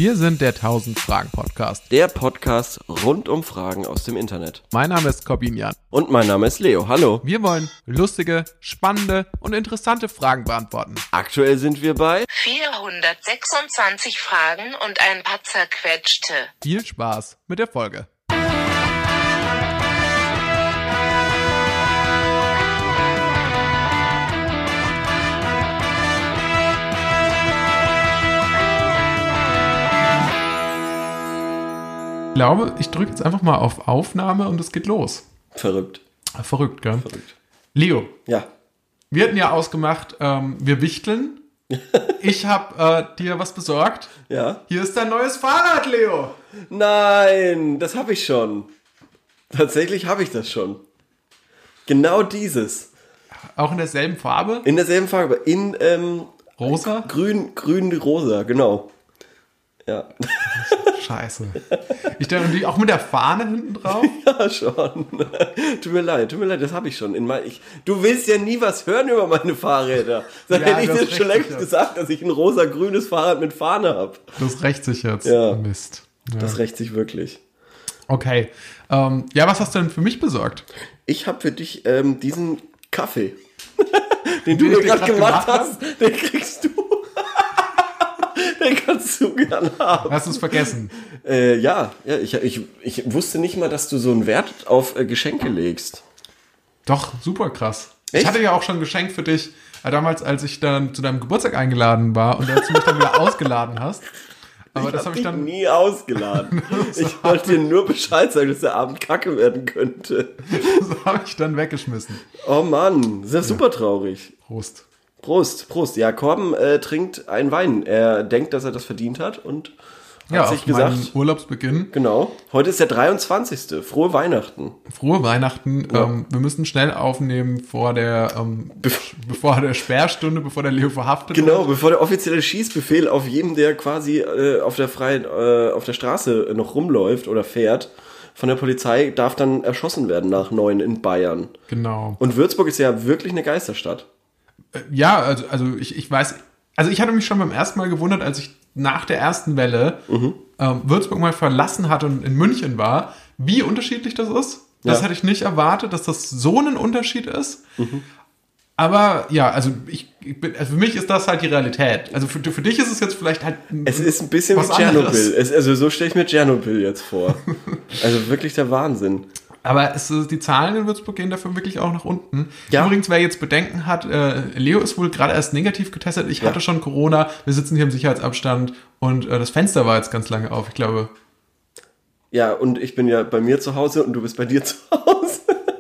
Wir sind der 1000 Fragen Podcast. Der Podcast rund um Fragen aus dem Internet. Mein Name ist Corbinian. Und mein Name ist Leo. Hallo. Wir wollen lustige, spannende und interessante Fragen beantworten. Aktuell sind wir bei 426 Fragen und ein paar zerquetschte. Viel Spaß mit der Folge. Ich glaube, ich drücke jetzt einfach mal auf Aufnahme und es geht los. Verrückt. Verrückt, gell? Verrückt. Leo, Ja. wir hatten ja ausgemacht, wir wichteln. Ich habe dir was besorgt. Ja. Hier ist dein neues Fahrrad, Leo. Nein, das habe ich schon. Tatsächlich habe ich das schon. Genau dieses. Auch in derselben Farbe? In derselben Farbe. In Rosa? grün-rosa, genau. Ja. Scheiße. Ich dachte, die auch mit der Fahne hinten drauf? Ja, schon. Tut mir leid, das habe ich schon. Du willst ja nie was hören über meine Fahrräder. Dann Ja, hätte ich das dir schon rächt längst sich gesagt, dass ich ein rosa-grünes Fahrrad mit Fahne habe. Das rächt sich jetzt. Ja. Mist. Ja. Das rächt sich wirklich. Okay. Ja, was hast du denn für mich besorgt? Ich habe für dich diesen Kaffee, den du Den mir ich gerade grad gemacht gemacht hast, den kriegst du. Den kannst du gern haben. Hast du es vergessen? Ja, ich wusste nicht mal, dass du so einen Wert auf Geschenke legst. Doch, super krass. Echt? Ich hatte ja auch schon ein Geschenk für dich, damals, als ich dann zu deinem Geburtstag eingeladen war und als du mich dann wieder ausgeladen hast. Aber das habe ich dich dann nie ausgeladen. Ich wollte dir nur Bescheid sagen, dass der Abend kacke werden könnte. das habe ich dann weggeschmissen. Oh Mann, das ist ja super traurig. Prost. Prost. Ja, Korben trinkt einen Wein. Er denkt, dass er das verdient hat und Ja, hat sich auf meinen gesagt, Urlaubsbeginn. genau, heute ist der 23. Frohe Weihnachten. Frohe Weihnachten. Ja. Wir müssen schnell aufnehmen vor der bevor der Sperrstunde, bevor der Leo verhaftet Genau, wird. bevor der offizielle Schießbefehl auf jeden, der quasi auf der Straße noch rumläuft oder fährt, von der Polizei darf dann erschossen werden nach 9 in Bayern. Genau. Und Würzburg ist ja wirklich eine Geisterstadt. Ja, also ich weiß, also ich hatte mich schon beim ersten Mal gewundert, als ich nach der ersten Welle Würzburg mal verlassen hatte und in München war, wie unterschiedlich das ist. Das hätte ich nicht erwartet, dass das so ein Unterschied ist. Aber ja, also für mich ist das halt die Realität. Also für dich ist es jetzt vielleicht halt Es ist ein bisschen was wie Tschernobyl. anderes. Also so stelle ich mir Tschernobyl jetzt vor. Also wirklich der Wahnsinn. Aber die Zahlen in Würzburg gehen dafür wirklich auch nach unten. Ja. Übrigens, wer jetzt Bedenken hat, Leo ist wohl gerade erst negativ getestet. Ich hatte schon Corona. Wir sitzen hier im Sicherheitsabstand und das Fenster war jetzt ganz lange auf. Ich glaube. Ja, und ich bin ja bei mir zu Hause und du bist bei dir zu Hause.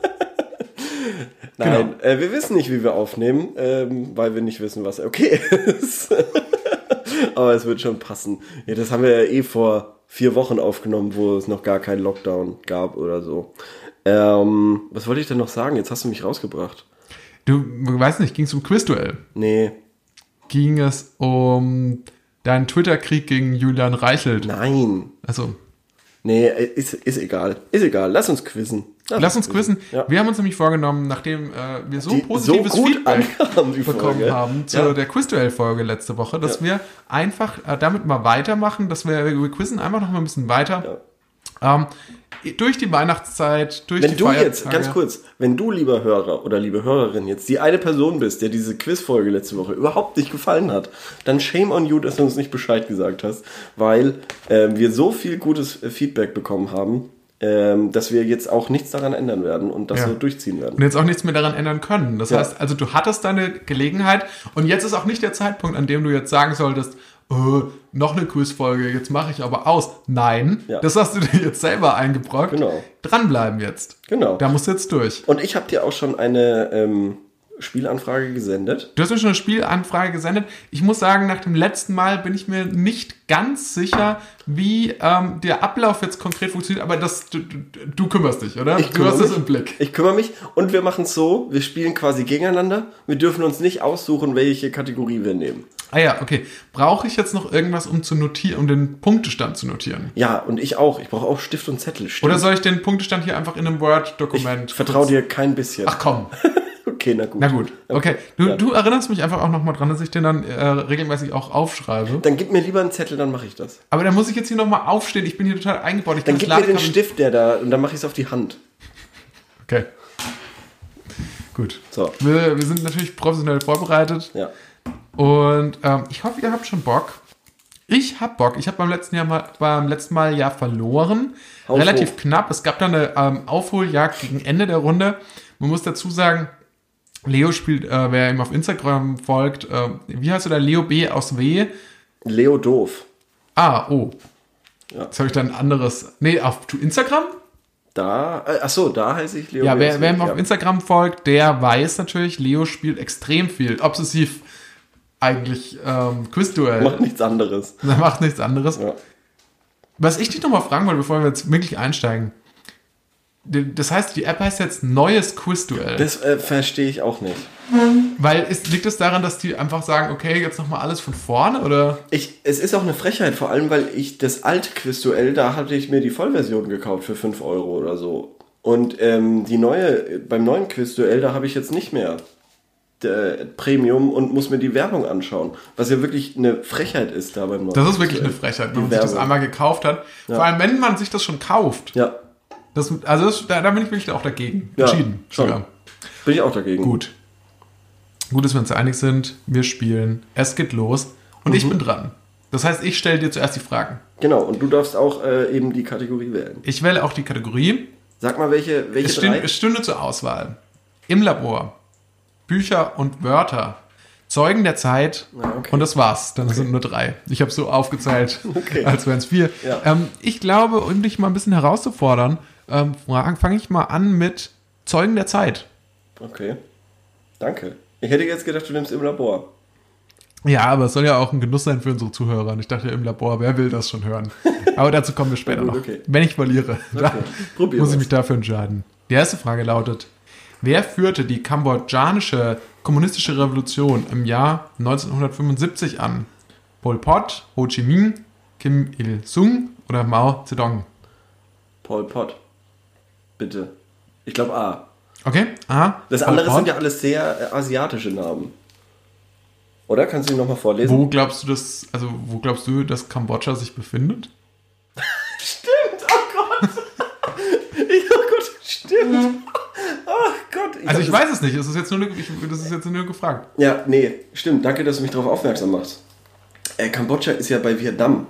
Nein, wir wissen nicht, wie wir aufnehmen, weil wir nicht wissen, was okay ist. Aber es wird schon passen. Ja, das haben wir ja vor 4 Wochen aufgenommen, wo es noch gar keinen Lockdown gab oder so. Was wollte ich denn noch sagen? Jetzt hast du mich rausgebracht. Du weißt nicht, ging es um Quizduell? Nee. Ging es um deinen Twitter-Krieg gegen Julian Reichelt? Nein. Also, Nee, ist egal. Ist egal. Lass uns quizzen. lass uns quizzen. Ja. Wir haben uns nämlich vorgenommen, nachdem wir so positives so gut Feedback ankam, die bekommen Folge. haben zu Ja. der Quizduell-Folge letzte Woche, dass wir einfach damit mal weitermachen, dass wir quizzen einfach noch mal ein bisschen weiter. Durch die Weihnachtszeit, durch Wenn die du Feiertage. jetzt, ganz kurz, wenn du, lieber Hörer oder liebe Hörerin, jetzt die eine Person bist, der diese Quizfolge letzte Woche überhaupt nicht gefallen hat, dann shame on you, dass du uns nicht Bescheid gesagt hast, weil wir so viel gutes Feedback bekommen haben, dass wir jetzt auch nichts daran ändern werden und das so durchziehen werden. Und jetzt auch nichts mehr daran ändern können. Das heißt, also du hattest deine Gelegenheit und jetzt ist auch nicht der Zeitpunkt, an dem du jetzt sagen solltest, noch eine Quizfolge, jetzt mache ich aber aus. Nein, das hast du dir jetzt selber eingebrockt. Genau. Dranbleiben jetzt. Genau. Da musst du jetzt durch. Und ich habe dir auch schon eine Spielanfrage gesendet. Du hast mir schon eine Spielanfrage gesendet. Ich muss sagen, nach dem letzten Mal bin ich mir nicht ganz sicher, wie der Ablauf jetzt konkret funktioniert, aber du kümmerst dich, oder? Du hast das im Blick. Ich kümmere mich und wir machen es so, wir spielen quasi gegeneinander. Wir dürfen uns nicht aussuchen, welche Kategorie wir nehmen. Ah ja, okay. Brauche ich jetzt noch irgendwas, um den Punktestand zu notieren? Ja, und ich auch. Ich brauche auch Stift und Zettel. Stimmt. Oder soll ich den Punktestand hier einfach in einem Word-Dokument... Ich vertraue dir kein bisschen. Ach komm. Okay, na gut. Na gut, okay. Du erinnerst mich einfach auch nochmal dran, dass ich den dann regelmäßig auch aufschreibe. Dann gib mir lieber einen Zettel, dann mache ich das. Aber dann muss ich jetzt hier nochmal aufstehen. Ich bin hier total eingebaut. Dann gib mir den Stift, der da, und dann mache ich es auf die Hand. Okay. Gut. So. Wir sind natürlich professionell vorbereitet. Ja. Und ich hoffe, ihr habt schon Bock. Ich hab Bock. Ich habe beim letzten Mal ja verloren. Haus Relativ hoch. knapp. Es gab dann eine Aufholjagd gegen Ende der Runde. Man muss dazu sagen, Leo spielt, wer ihm auf Instagram folgt, wie heißt du da? Leo B aus W? Leo doof. Ah, oh. Ja. Jetzt habe ich da ein anderes. Nee, auf Instagram? Da, achso, da heiße ich Leo. Ja, B. wer ihm auf Instagram folgt, der weiß natürlich, Leo spielt extrem viel. Obsessiv eigentlich Quizduell. Macht nichts anderes. Er macht nichts anderes. Ja. Was ich dich nochmal fragen wollte, bevor wir jetzt wirklich einsteigen. Das heißt, die App heißt jetzt Neues Quizduell. Das verstehe ich auch nicht. Weil liegt es daran, dass die einfach sagen, okay, jetzt nochmal alles von vorne, oder? Es ist auch eine Frechheit, vor allem, weil ich das alte Quizduell, da hatte ich mir die Vollversion gekauft für 5 Euro oder so. Und beim neuen Quizduell, da habe ich jetzt nicht mehr Premium und muss mir die Werbung anschauen. Was ja wirklich eine Frechheit ist da beim neuen Das ist wirklich Quizduell. eine Frechheit, wenn man sich das einmal gekauft hat. Ja. Vor allem, wenn man sich das schon kauft. Ja, Da bin ich wirklich auch dagegen. Ja, Entschieden. schon. Sogar. bin ich auch dagegen. Gut, dass wir uns einig sind. Wir spielen. Es geht los. Und ich bin dran. Das heißt, ich stelle dir zuerst die Fragen. Genau, und du darfst auch eben die Kategorie wählen. Ich wähle auch die Kategorie. Sag mal, welche drei? Es stünde zur Auswahl. Im Labor. Bücher und Wörter. Zeugen der Zeit. okay. Und das war's. Dann sind nur 3. Ich habe so aufgezählt, als wären es 4. Ja. Ich glaube, um dich mal ein bisschen herauszufordern, fange ich mal an mit Zeugen der Zeit. Okay, danke. Ich hätte jetzt gedacht, du nimmst im Labor. Ja, aber es soll ja auch ein Genuss sein für unsere Zuhörer. Und ich dachte, im Labor, wer will das schon hören? Aber dazu kommen wir später Na gut, noch. okay. Wenn ich verliere, dann Probier muss ich was. mich dafür entscheiden. Die erste Frage lautet: Wer führte die kambodschanische kommunistische Revolution im Jahr 1975 an? Pol Pot, Ho Chi Minh, Kim Il-sung oder Mao Zedong? Pol Pot. Bitte. Ich glaube A. Okay, A. Das Pol andere Pot. sind ja alles sehr asiatische Namen. Oder? Kannst du ihn nochmal vorlesen? Wo glaubst du, dass Kambodscha sich befindet? Stimmt, oh Gott. Oh Gott, stimmt. Oh Gott. Ich weiß es nicht, das ist jetzt nur gefragt. Ja, nee, stimmt. Danke, dass du mich darauf aufmerksam machst. Kambodscha ist ja bei Vietnam.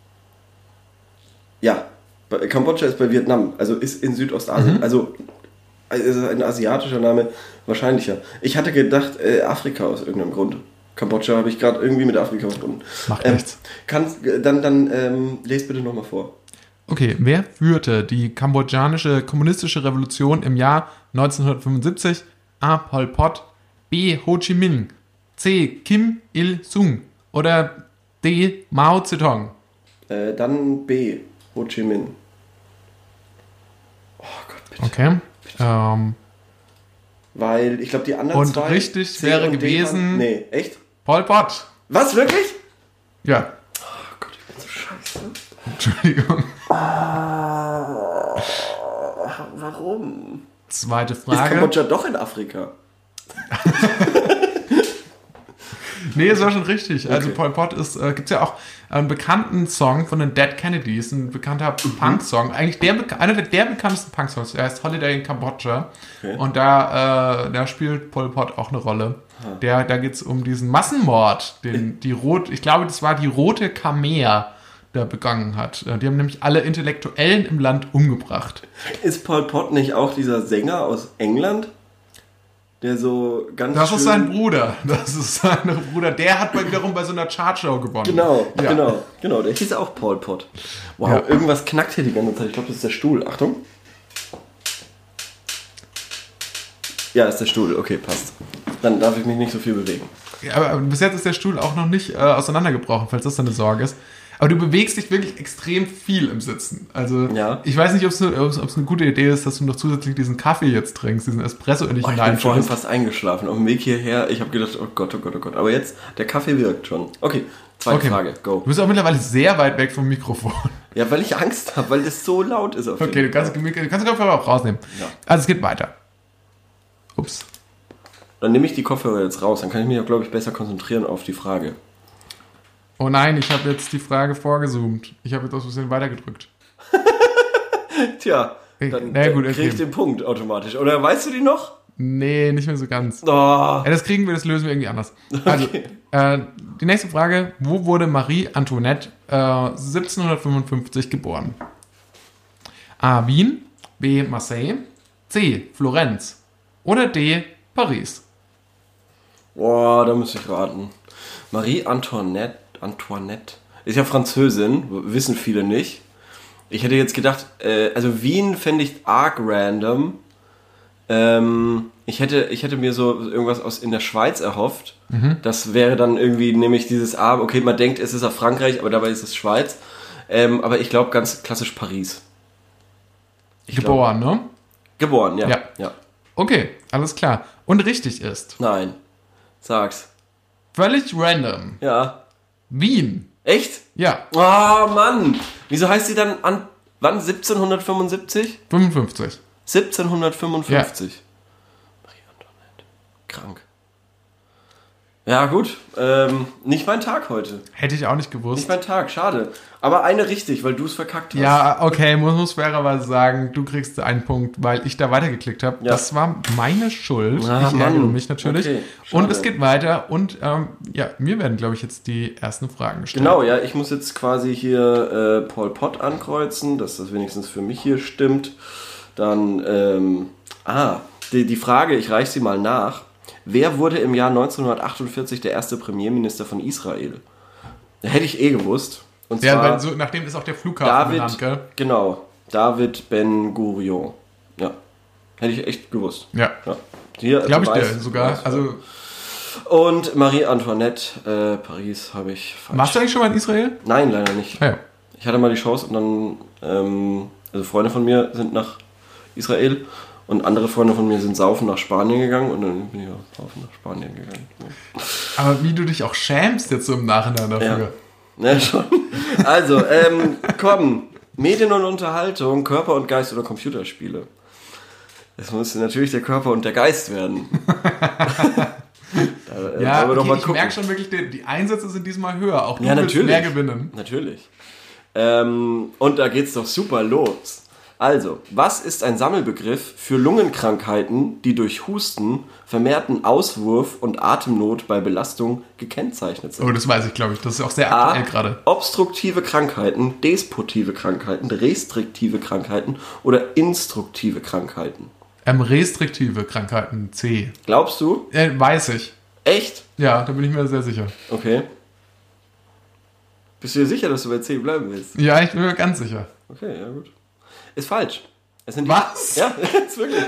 Ja, Kambodscha ist bei Vietnam, also ist in Südostasien. Also ist ein asiatischer Name wahrscheinlicher. Ich hatte gedacht, Afrika aus irgendeinem Grund. Kambodscha habe ich gerade irgendwie mit Afrika verbunden. Macht nichts. Dann lest bitte nochmal vor. Okay, wer führte die kambodschanische kommunistische Revolution im Jahr 1975? A. Pol Pot, B. Ho Chi Minh, C. Kim Il-sung oder D. Mao Zedong? Dann B. Ho Chi Minh. Oh Gott, bitte. Okay. Weil ich glaube, die anderen Und zwei... richtig C wäre und D gewesen- waren- Nee, echt? Pol Pot. Was, wirklich? Ja, Oh Gott, ich bin so scheiße. Entschuldigung. Warum? Zweite Ist Frage. Kambodscha doch in Afrika? Nee, es war schon richtig. Also Okay. Pol Pot gibt es ja auch einen bekannten Song von den Dead Kennedys, ein bekannter Punk-Song. Eigentlich einer der bekanntesten Punk-Songs. Er heißt Holiday in Kambodscha. Okay. Und da spielt Pol Pot auch eine Rolle. Da geht es um diesen Massenmord, den ich glaube, das war die Rote Khmer, der begangen hat. Die haben nämlich alle Intellektuellen im Land umgebracht. Ist Pol Pot nicht auch dieser Sänger aus England? Der so ganz Das schön... ist sein Bruder. Der hat wiederum bei so einer Chartshow gewonnen. Genau, Ja. genau. Der hieß auch Pol Pot. Wow, Ja. irgendwas knackt hier die ganze Zeit. Ich glaube, das ist der Stuhl. Achtung. Ja, ist der Stuhl. Okay, passt. Dann darf ich mich nicht so viel bewegen. Ja, aber bis jetzt ist der Stuhl auch noch nicht auseinandergebrochen, falls das deine Sorge ist. Aber du bewegst dich wirklich extrem viel im Sitzen. Also Ja. ich weiß nicht, ob es eine gute Idee ist, dass du noch zusätzlich diesen Kaffee jetzt trinkst, diesen Espresso in dich Ich bin vorhin hineinschüttest. fast eingeschlafen. Auf dem Weg hierher, ich habe gedacht, oh Gott, oh Gott, oh Gott. Aber jetzt, der Kaffee wirkt schon. Okay, zweite Frage, go. Du bist auch mittlerweile sehr weit weg vom Mikrofon. Ja, weil ich Angst habe, weil das so laut ist auf Okay, du kannst den Kopfhörer auch rausnehmen. Ja. Also es geht weiter. Ups. Dann nehme ich die Kopfhörer jetzt raus. Dann kann ich mich auch, glaube ich, besser konzentrieren auf die Frage. Oh nein, ich habe jetzt die Frage vorgezoomt. Ich habe jetzt aus Versehen weitergedrückt. Tja, dann kriege ich den Punkt automatisch. Oder weißt du die noch? Nee, nicht mehr so ganz. Oh. Ja, das lösen wir irgendwie anders. Also, die nächste Frage. Wo wurde Marie Antoinette 1755 geboren? A. Wien, B. Marseille, C. Florenz oder D. Paris? Boah, da muss ich raten. Marie Antoinette ist ja Französin, wissen viele nicht. Ich hätte jetzt gedacht, also Wien fände ich arg random. Ich hätte mir so irgendwas in der Schweiz erhofft. Das wäre dann irgendwie nämlich dieses okay, man denkt, es ist auf Frankreich, aber dabei ist es Schweiz. Aber ich glaube ganz klassisch Paris. Geboren, ne? Geboren, ja. Okay, alles klar. Und richtig ist. Nein. Sag's. Völlig random. Ja. Wien. Echt? Ja. Oh Mann. Wieso heißt sie dann wann? 1775? 55. 1755. Ja. Marie Antoinette. Krank. Ja, gut. Nicht mein Tag heute. Hätte ich auch nicht gewusst. Nicht mein Tag, schade. Aber eine richtig, weil du es verkackt hast. Ja, okay, muss fairerweise sagen, du kriegst einen Punkt, weil ich da weitergeklickt habe. Ja. Das war meine Schuld. Ah, ich ärgere mich natürlich. Okay, und es geht weiter und mir werden, glaube ich, jetzt die ersten Fragen gestellt. Genau, ja, ich muss jetzt quasi hier Pol Pot ankreuzen, dass das wenigstens für mich hier stimmt. Dann, die Frage, ich reiche sie mal nach. Wer wurde im Jahr 1948 der erste Premierminister von Israel? Hätte ich gewusst. Und zwar weil nachdem ist auch der Flughafen benannt, gell? Genau, David Ben Gurion. Ja, hätte ich echt gewusst. Ja. Hier glaube ich dir sogar. Also und Marie Antoinette, Paris habe ich falsch. Warst du eigentlich schon mal in Israel? Nein, leider nicht. Ja. Ich hatte mal die Chance und dann, also Freunde von mir sind nach Israel und andere Freunde von mir sind saufen nach Spanien gegangen und dann bin ich auch saufen nach Spanien gegangen. Ja. Aber wie du dich auch schämst jetzt so im Nachhinein dafür. Ja, schon. Also, komm. Medien und Unterhaltung, Körper und Geist oder Computerspiele. Das muss natürlich der Körper und der Geist werden. Ich merke schon wirklich, die Einsätze sind diesmal höher. Auch du willst mehr gewinnen. Natürlich. Und da geht's doch super los. Also, was ist ein Sammelbegriff für Lungenkrankheiten, die durch Husten, vermehrten Auswurf und Atemnot bei Belastung gekennzeichnet sind? Oh, das weiß ich, glaube ich. Das ist auch sehr aktuell gerade. Obstruktive Krankheiten, destruktive Krankheiten, restriktive Krankheiten oder instruktive Krankheiten? Restriktive Krankheiten, C. Glaubst du? Weiß ich. Echt? Ja, da bin ich mir sehr sicher. Okay. Bist du dir sicher, dass du bei C bleiben willst? Ja, ich bin mir ganz sicher. Okay, ja gut. Ist falsch. Was? Ja, ist wirklich.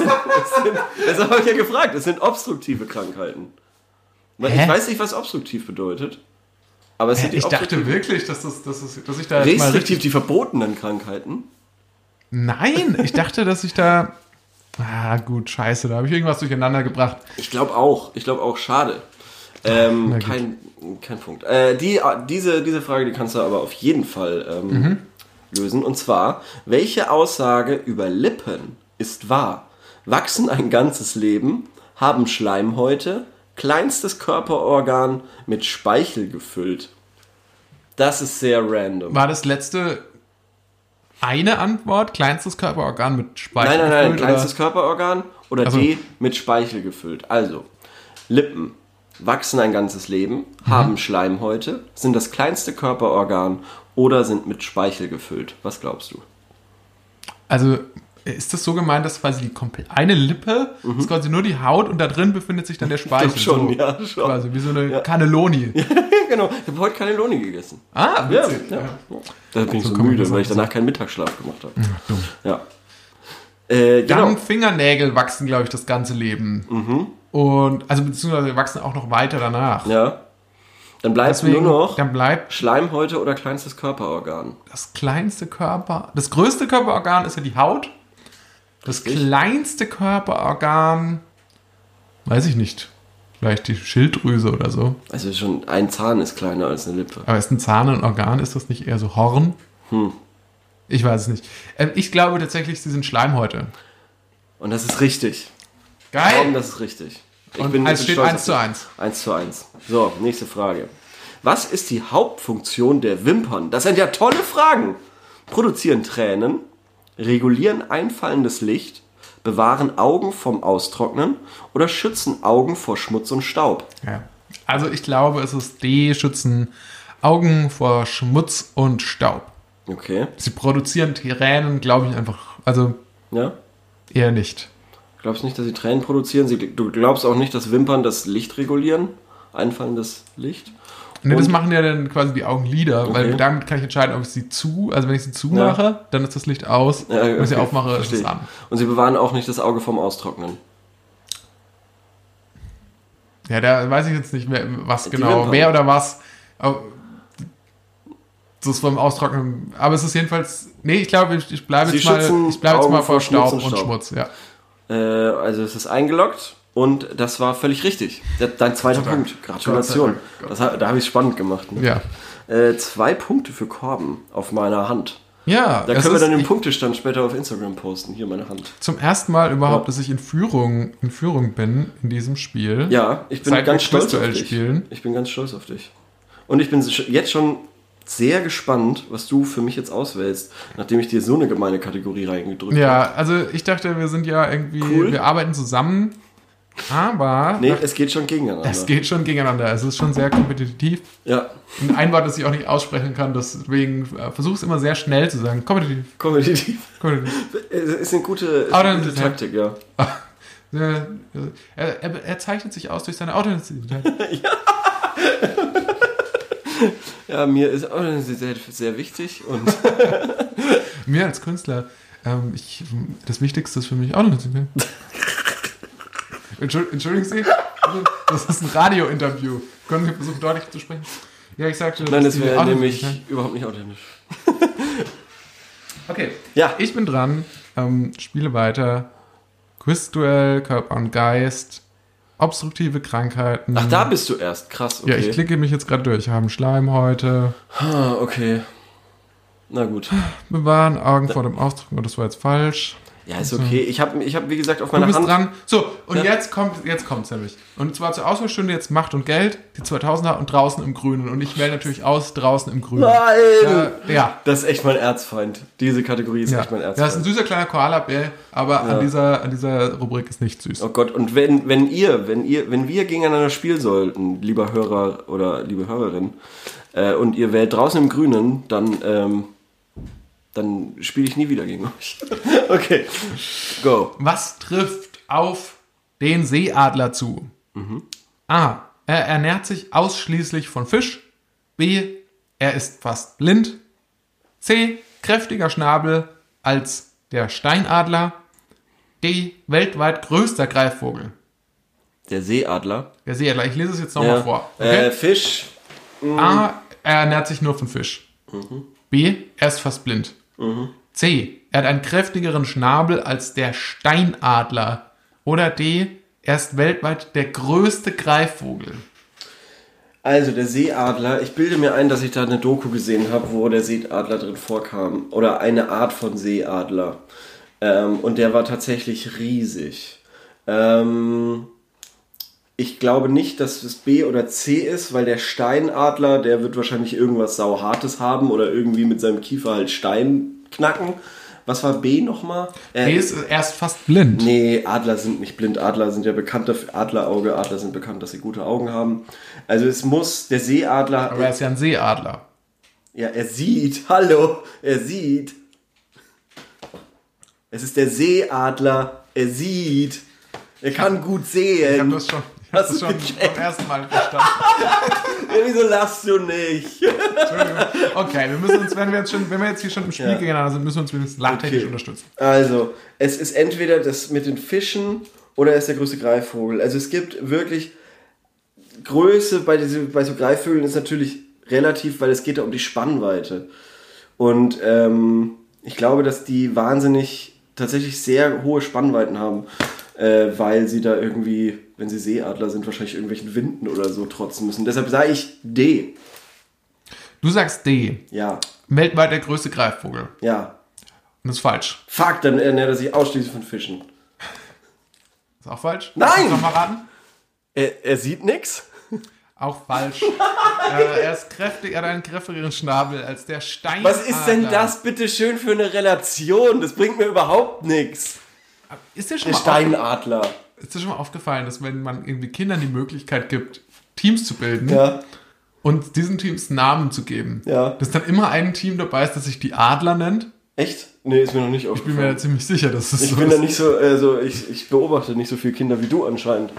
Das habe ich ja gefragt. Es sind obstruktive Krankheiten. Weil ich weiß nicht, was obstruktiv bedeutet. Aber es sind die ich dachte wirklich, dass ich da jetzt mal restriktiv die verbotenen Krankheiten. Nein, ich dachte, dass ich da... gut, scheiße, da habe ich irgendwas durcheinander gebracht. Ich glaube auch, schade. Kein Punkt. Diese Frage, die kannst du aber auf jeden Fall lösen. Und zwar, welche Aussage über Lippen ist wahr? Wachsen ein ganzes Leben, haben Schleimhäute, kleinstes Körperorgan mit Speichel gefüllt. Das ist sehr random. War das letzte eine Antwort? Kleinstes Körperorgan mit Speichel gefüllt? Nein, kleinstes Körperorgan oder D mit Speichel gefüllt. Also, Lippen wachsen ein ganzes Leben, haben Schleimhäute, sind das kleinste Körperorgan oder sind mit Speichel gefüllt. Was glaubst du? Also, ist das so gemeint, dass quasi eine Lippe ist quasi nur die Haut und da drin befindet sich dann der Speichel? Schon. Quasi wie so eine Cannelloni. Ja, genau. Ich habe heute Cannelloni gegessen. Ah, witzig. Ja. Da bin ich so müde, weil ich danach keinen Mittagsschlaf gemacht habe. Dumm. Ja. Dann Fingernägel wachsen, glaube ich, das ganze Leben. Und, also beziehungsweise wachsen auch noch weiter danach. Ja. Dann bleibt nur noch bleibt Schleimhäute oder kleinstes Körperorgan. Das größte Körperorgan ist ja die Haut. Das kleinste Körperorgan, weiß ich nicht. Vielleicht die Schilddrüse oder so. Also schon ein Zahn ist kleiner als eine Lippe. Aber ist ein Zahn ein Organ? Ist das nicht eher so Horn? Ich weiß es nicht. Ich glaube tatsächlich, sie sind Schleimhäute. Und das ist richtig. Geil! Warum, das ist richtig. Es steht 1:1. 1:1. So, nächste Frage. Was ist die Hauptfunktion der Wimpern? Das sind ja tolle Fragen. Produzieren Tränen, regulieren einfallendes Licht, bewahren Augen vom Austrocknen oder schützen Augen vor Schmutz und Staub? Ja. Also ich glaube, es ist D, schützen Augen vor Schmutz und Staub. Okay. Sie produzieren Tränen, glaube ich einfach, also Ja? eher nicht. Du glaubst nicht, dass sie Tränen produzieren? Du glaubst auch nicht, dass Wimpern das Licht regulieren? Einfallendes Licht? Ne, das machen ja dann quasi die Augenlider, weil Okay. damit kann ich entscheiden, ob ich sie also wenn ich sie zumache, dann ist das Licht aus, Ja, wenn ich sie okay. aufmache, Verstehe ist es ich. an. Und sie bewahren auch nicht das Auge vom Austrocknen. Ja, da weiß ich jetzt nicht mehr, was Die genau, Wimpern. wer oder was. Aber das ist vom Austrocknen. Aber es ist jedenfalls, nee, ich glaube, ich bleibe Sie jetzt mal schützen vor Augen Staub vor Schmutz und und Schmutz, ja. Also es ist eingeloggt und das war völlig richtig. Dein zweiter Gott sei Dank. Punkt. Gratulation. Gott sei Dank. Da habe ich es spannend gemacht. Ne? Ja. 2 Punkte für Korben auf meiner Hand. Ja, Da es können wir ist dann den Punktestand später auf Instagram posten. Hier meine Hand. zum ersten Mal überhaupt, Ja. dass ich in Führung bin in diesem Spiel. Ja, ich bin Seit ganz wir stolz auf Quizduell dich. spielen. Ich bin ganz stolz auf dich. Und ich bin jetzt schon sehr gespannt, was du für mich jetzt auswählst, nachdem ich dir so eine gemeine Kategorie reingedrückt habe. Ja, also ich dachte, wir sind ja irgendwie, Cool. wir arbeiten zusammen, aber Nee, es geht schon gegeneinander. es geht schon gegeneinander. Es ist schon sehr kompetitiv. Ja, Ein Wort, das ich auch nicht aussprechen kann, deswegen versuche es immer sehr schnell zu sagen. Kompetitiv. kompetitiv. Kompetitiv. Ist eine gute Authentizität. Taktik, ja. Er zeichnet sich aus durch seine Authentizität. Ja, mir ist auch sehr, sehr wichtig und Mir als Künstler, das Wichtigste ist für mich Authentizität. Entschuldigen Sie, das ist ein Radiointerview. Können Sie versuchen, deutlich zu sprechen? Ja, ich sagte... nein, das die wäre nämlich Authentizität- überhaupt nicht authentisch. Okay, Ja, ich bin dran, spiele weiter. Quizduell, Körper und Geist, obstruktive Krankheiten. ach, da bist du erst. Krass, okay. Ja, ich klicke mich jetzt gerade durch. Haben Schleimhäute, Ah, okay. Na gut. bewahren Augen vor dem Ausdruck. Oh, das war jetzt falsch. Ja, ist okay. Ich hab, wie gesagt, auf Du meiner bist Hand... dran. So, und Ja. jetzt kommt's nämlich. Und zwar zur Auswahlstunde jetzt Macht und Geld, die 2000er und draußen im Grünen. Und ich wähle natürlich aus draußen im Grünen. Nein! Ja. Das ist echt mein Erzfeind. Diese Kategorie ist Ja. echt mein Das ist ein Erzfeind. süßer kleiner Koala-Bär, aber Ja. an dieser Rubrik ist nicht süß. Oh Gott, und wenn wir gegeneinander spielen sollten, lieber Hörer oder liebe Hörerin, und ihr wählt draußen im Grünen, dann spiele ich nie wieder gegen euch. Okay, go. Was trifft auf den Seeadler zu? A. Er ernährt sich ausschließlich von Fisch. B. Er ist fast blind. C. Kräftiger Schnabel als der Steinadler. D. Weltweit größter Greifvogel. Der Seeadler. Der Seeadler. Ich lese es jetzt nochmal vor. Okay? Fisch. A. Er ernährt sich nur von Fisch. B. Er ist fast blind. C. Er hat einen kräftigeren Schnabel als der Steinadler. Oder D. Er ist weltweit der größte Greifvogel. Also der Seeadler, ich bilde mir ein, dass ich da eine Doku gesehen habe, wo der Seeadler drin vorkam. Oder eine Art von Seeadler. Und der war tatsächlich riesig. Ich glaube nicht, dass es B oder C ist, weil der Steinadler, der wird wahrscheinlich irgendwas Sauhartes haben oder irgendwie mit seinem Kiefer halt Stein knacken. Was war B nochmal? D ist erst fast blind. Nee, Adler sind nicht blind. Adler sind ja bekannt dafür. Adlerauge. Adler sind bekannt, dass sie gute Augen haben. Also es muss der Seeadler... Aber er ist ja ein Seeadler. Ja, er sieht. Hallo, er sieht. Es ist der Seeadler. Er sieht. Er kann gut Ich sehen. habe das schon, Hast du beim gecheckt? ersten Mal verstanden. Ja, wieso lachst du nicht? Entschuldigung. Okay, wir müssen uns, wenn wir jetzt hier schon im Spiel Ja. gegeneinander sind, müssen wir uns wenigstens lachtechnisch Okay. unterstützen. Also, es ist entweder das mit den Fischen oder er ist der größte Greifvogel. Also es gibt wirklich Größe bei so Greifvögeln ist natürlich relativ, weil es geht ja um die Spannweite. Und ich glaube, dass die tatsächlich sehr hohe Spannweiten haben, weil sie da irgendwie, wenn sie Seeadler sind, wahrscheinlich irgendwelchen Winden oder so trotzen müssen. Deshalb sage ich D. Du sagst D. Ja, Weltweit der größte Greifvogel. ja. Und das ist falsch. Fuck, dann ernährt er sich ausschließlich von Fischen. Ist auch falsch? Nein! Kannst du noch mal raten? Er sieht nix? Auch falsch. Er ist kräftig, er hat einen kräftigeren Schnabel als der Steinadler. Was ist denn das bitte schön für eine Relation? Das bringt mir überhaupt nichts. Ist dir schon Der mal Steinadler. Ist dir schon mal aufgefallen, dass wenn man irgendwie Kindern die Möglichkeit gibt, Teams zu bilden Ja. und diesen Teams Namen zu geben, Ja. dass dann immer ein Team dabei ist, das sich die Adler nennt? Echt? Nee, ist mir noch nicht Ich bin aufgefallen. mir da ziemlich sicher, dass es Ich so bin ist. da nicht so, ich beobachte nicht so viele Kinder wie du anscheinend.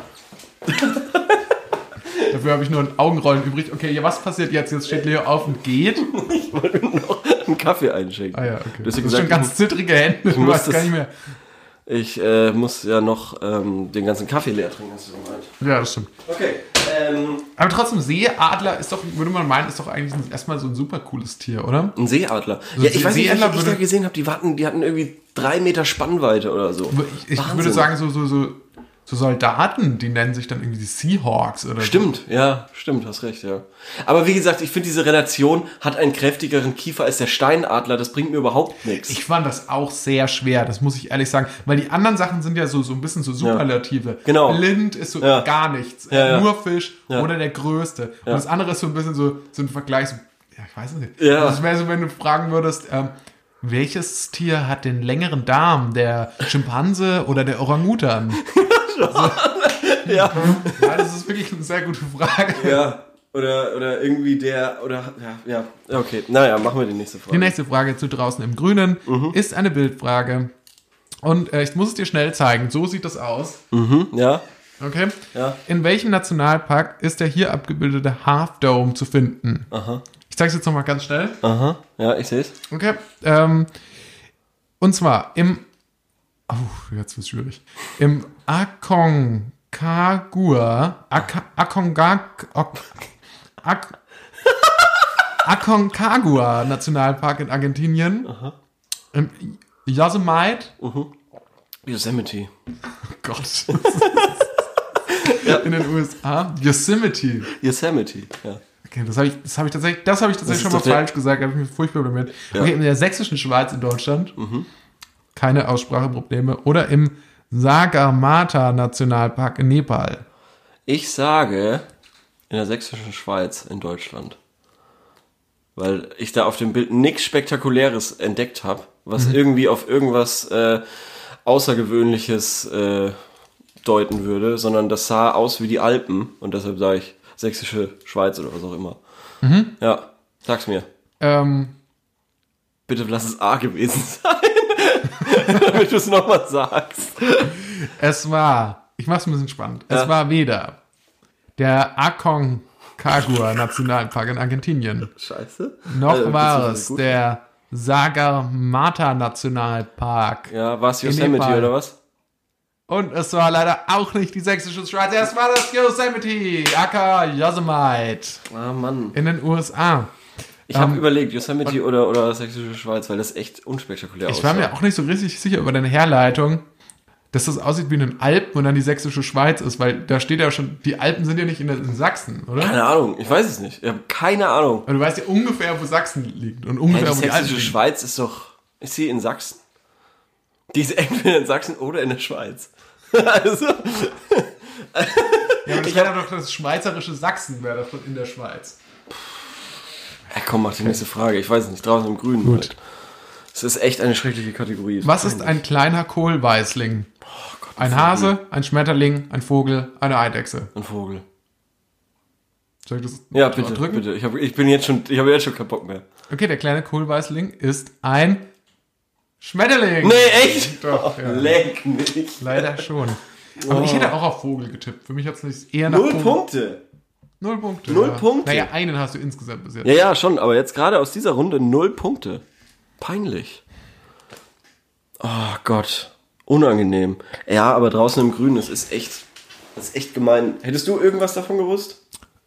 Dafür habe ich nur ein Augenrollen übrig. Okay, ja, was passiert jetzt? Jetzt steht Leo auf und geht. Ich wollte mir noch einen Kaffee einschenken. Ah ja, okay. Du hast Das ja ist gesagt, schon ganz zittrige Hände. Du muss weißt gar das- nicht mehr. ich muss ja noch den ganzen Kaffee leer trinken, hast du gemeint. Ja, das stimmt. Okay. Aber trotzdem, Seeadler ist doch, würde man meinen, ist doch eigentlich erstmal so ein super cooles Tier, oder? Ein Seeadler. So Ja, ich weiß nicht, Seeadler was ich da würde- gesehen habe. Die hatten irgendwie 3 Meter Spannweite oder so. Ich Wahnsinn. würde sagen, so Soldaten, die nennen sich dann irgendwie die Seahawks oder Stimmt, ja, stimmt, hast recht, ja. Aber wie gesagt, ich finde, diese Relation hat einen kräftigeren Kiefer als der Steinadler. Das bringt mir überhaupt nichts. Ich fand das auch sehr schwer, das muss ich ehrlich sagen, weil die anderen Sachen sind ja so ein bisschen so Superlative. Genau. Blind ist so Ja. gar nichts, Ja, ja. nur Fisch Ja. oder der Größte. Und das andere ist so ein bisschen so ein Vergleich, so, ja, ich weiß nicht. Ja. Das wäre so, wenn du fragen würdest, welches Tier hat den längeren Darm, der Schimpanse oder der Orangutan? Ja. Ja, das ist wirklich eine sehr gute Frage. Ja. Oder irgendwie ja. Okay, naja, machen wir die nächste Frage. Die nächste Frage zu draußen im Grünen ist eine Bildfrage. Und ich muss es dir schnell zeigen. So sieht das aus. Ja, Okay? Ja. In welchem Nationalpark ist der hier abgebildete Half Dome zu finden? Aha. Ich zeige es jetzt nochmal ganz schnell. aha, ja, ich sehe es. Okay. Und zwar im... Oh, jetzt wird es schwierig. Im Aconcagua Nationalpark in Argentinien. Im Yosemite. Yosemite. Gott. In den USA. Yosemite. Yosemite, ja. Okay, das habe ich tatsächlich ist schon mal doch der- falsch gesagt, habe ich mich furchtbar blamiert. Ja. Okay, in der sächsischen Schweiz in Deutschland. Keine Ausspracheprobleme. Oder im Sagarmatha Nationalpark in Nepal. Ich sage in der sächsischen Schweiz in Deutschland. Weil ich da auf dem Bild nichts Spektakuläres entdeckt habe, was irgendwie auf irgendwas Außergewöhnliches deuten würde, sondern das sah aus wie die Alpen und deshalb sage ich sächsische Schweiz oder was auch immer. Ja, sag's mir. Bitte lass es A gewesen sein, damit du es nochmal sagst. Es war, ich mach's ein bisschen spannend, es Ja. war weder der Aconcagua Nationalpark in Argentinien, Scheiße. noch Also, war beziehungsweise es gut. der Sagarmatha Nationalpark. Ja, war es in Yosemite Nepal. oder was? Und es war leider auch nicht die sächsische Schweiz, es war das Yosemite, aka Yosemite Ah, Mann. in den USA. Ich habe überlegt, Yosemite oder sächsische Schweiz, weil das echt unspektakulär Ich war mir auch nicht so richtig sicher über deine Herleitung, dass das aussieht wie in den Alpen und dann die sächsische Schweiz ist, weil da steht ja schon, die Alpen sind ja nicht in Sachsen, oder? Keine Ahnung, ich weiß es nicht. Ich habe keine Ahnung. Aber du weißt ja ungefähr, wo Sachsen liegt und Ja, ungefähr, die wo die Alpen sächsische liegen. Schweiz ist sie in Sachsen? Die ist entweder in Sachsen oder in der Schweiz. Also, Ja, aber das wäre doch das schweizerische Sachsen, wäre doch in der Schweiz. ja, komm, mach die nächste Frage. Ich weiß es nicht, draußen im Grünen. Gut. Halt. Es ist echt eine schreckliche Kategorie. Was ist ein kleiner Kohlweißling? Ein Hase, ein Schmetterling, ein Vogel, eine Eidechse. Ein Vogel. Soll ich das Ja, bitte, drücken? bitte. Ich habe jetzt schon keinen Bock mehr. Okay, der kleine Kohlweißling ist ein Schmetterling. Nee, echt? Doch, ja. Leck mich. Leider schon. Aber ich hätte auch auf Vogel getippt. Für mich hat es nicht eher nach 0 Vogel. Punkte. 0 Punkte. 0 ja. Punkte. Naja, einen hast du insgesamt bis jetzt. Ja, ja, schon, aber jetzt gerade aus dieser Runde 0 Punkte. Peinlich. Oh Gott. Unangenehm. Ja, aber draußen im Grünen, das ist echt gemein. Hättest du irgendwas davon gewusst?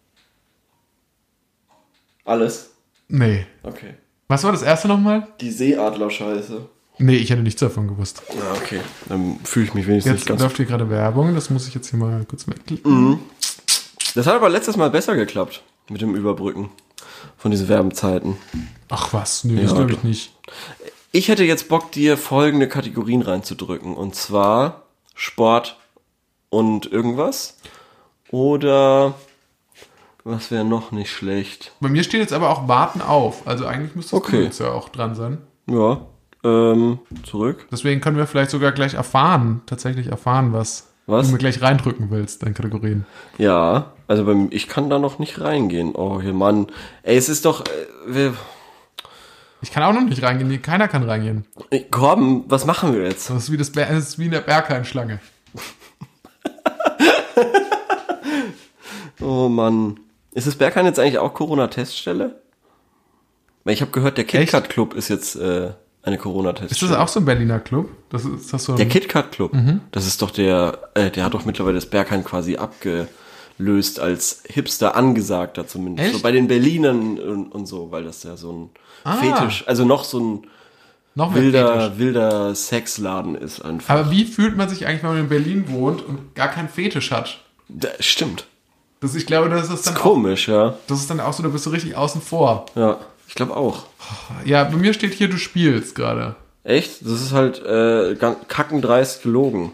Alles? Nee. Okay. Was war das erste nochmal? Die Seeadler-Scheiße. Nee, ich hätte nichts davon gewusst. Ja, okay. Dann fühle ich mich wenigstens Jetzt nicht ganz... läuft hier gerade Werbung. Das muss ich jetzt hier mal kurz wegklicken. Das hat aber letztes Mal besser geklappt. Mit dem Überbrücken von diesen Werbezeiten. Ach was, nee, das Ja, glaube ich doch. nicht. Ich hätte jetzt Bock, dir folgende Kategorien reinzudrücken. Und zwar Sport und irgendwas. Oder was wäre noch nicht schlecht? Bei mir steht jetzt aber auch Warten auf. Also eigentlich müsstest Okay. du jetzt ja auch dran sein. Ja, zurück. Deswegen können wir vielleicht sogar gleich tatsächlich erfahren, was Was? du mir gleich reindrücken willst, deine Kategorien. Ja, also ich kann da noch nicht reingehen. Oh, hier, Mann. Ey, es ist doch... Ich kann auch noch nicht reingehen, keiner kann reingehen. Komm, was machen wir jetzt? Das ist das ist wie in der Berghain-Schlange. Oh, Mann. Ist das Berghain jetzt eigentlich auch Corona-Teststelle? Weil ich habe gehört, der KitKat Club ist jetzt eine Corona-Teststelle. Ist das auch so ein Berliner Club? Das ist so Der ein, KitKat Club. Das ist doch der hat doch mittlerweile das Berghain quasi abgelöst als Hipster angesagter zumindest. Echt? So bei den Berlinern und so, weil das ja so ein Fetisch, also noch so ein noch mehr Fetisch. wilder Sexladen ist einfach. Aber wie fühlt man sich eigentlich, wenn man in Berlin wohnt und gar keinen Fetisch hat? Stimmt. Ich glaube, das ist dann Komisch, ja. Das ist dann auch so, da bist du richtig außen vor. Ja, ich glaube auch. Ja, bei mir steht hier, du spielst gerade. Echt? Das ist halt kackendreist gelogen.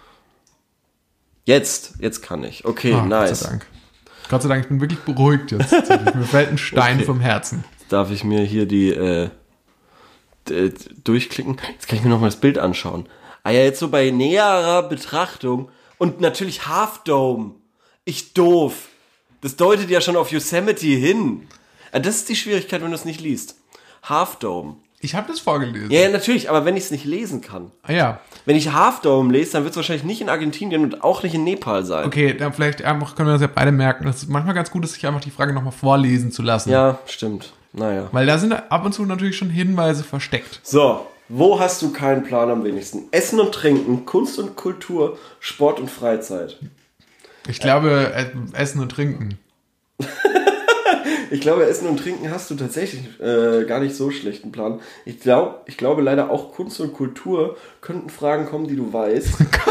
Jetzt kann ich. Okay, nice. Gott sei Dank. Gott sei Dank, ich bin wirklich beruhigt jetzt. Mir fällt ein Stein vom Herzen. Jetzt darf ich mir hier die durchklicken. Jetzt kann ich mir noch mal das Bild anschauen. Ah ja, jetzt so bei näherer Betrachtung. Und natürlich Half Dome. Ich doof. Das deutet ja schon auf Yosemite hin. Das ist die Schwierigkeit, wenn du es nicht liest. Half Dome. Ich habe das vorgelesen. Ja, natürlich, aber wenn ich es nicht lesen kann. Ah ja. Wenn ich Half Dome lese, dann wird es wahrscheinlich nicht in Argentinien und auch nicht in Nepal sein. Okay, dann vielleicht einfach können wir das ja beide merken. Das ist manchmal ganz gut, sich einfach die Frage nochmal vorlesen zu lassen. Ja, stimmt. Naja. Weil da sind ab und zu natürlich schon Hinweise versteckt. So, wo hast du keinen Plan am wenigsten? Essen und Trinken, Kunst und Kultur, Sport und Freizeit. Ich glaube, Essen und Trinken. Ich glaube, Essen und Trinken hast du tatsächlich gar nicht so schlechten Plan. Ich glaube leider auch Kunst und Kultur könnten Fragen kommen, die du weißt.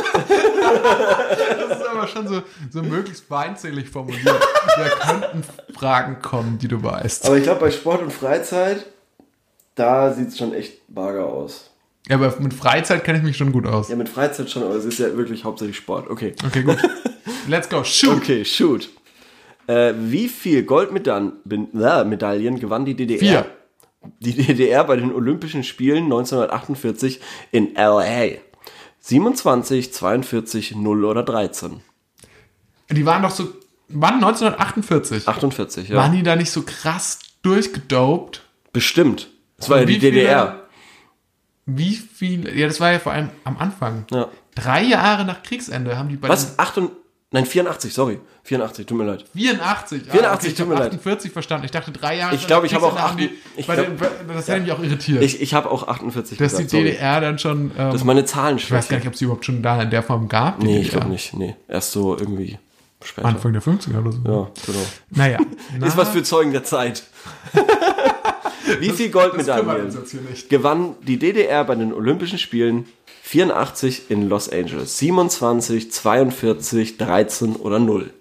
Das ist aber schon so möglichst feindselig formuliert. Da könnten Fragen kommen, die du weißt. Aber ich glaube, bei Sport und Freizeit, da sieht es schon echt mager aus. Ja, aber mit Freizeit kenne ich mich schon gut aus. Ja, mit Freizeit schon, aber es ist ja wirklich hauptsächlich Sport. Okay. Okay, gut. Let's go. Shoot. Okay, shoot. Wie viel Goldmedaillen gewann die DDR? 4. Die DDR bei den Olympischen Spielen 1948 in L.A. 27, 42, 0 oder 13? Die waren doch so... Wann? 1948? 48, ja. Waren die da nicht so krass durchgedopt? Bestimmt. Das war ja die DDR. Wie viel... Ja, das war ja vor allem am Anfang. Ja. 3 Jahre nach Kriegsende haben die bei Was? 84, sorry. 84, tut mir leid. 84. 84, ich tut habe mir leid. 48 verstanden. Ich dachte 3 Jahre Ich glaube, ich habe auch haben die, das hätte mich auch irritiert. Ich habe auch 48 dass gesagt, die DDR dann schon... Das ist meine Zahlen ich weiß gar nicht, ob sie überhaupt schon da in der Form gab. die Nee, DDR. ich glaube nicht. Nee, erst so irgendwie später. Anfang der 50er oder so. Ja, genau. Naja. Ist was für Zeugen der Zeit. Wie viel Das kümmert uns Goldmedaillen jetzt hier nicht. gewann die DDR bei den Olympischen Spielen 84 in Los Angeles? 27, 42, 13 oder 0?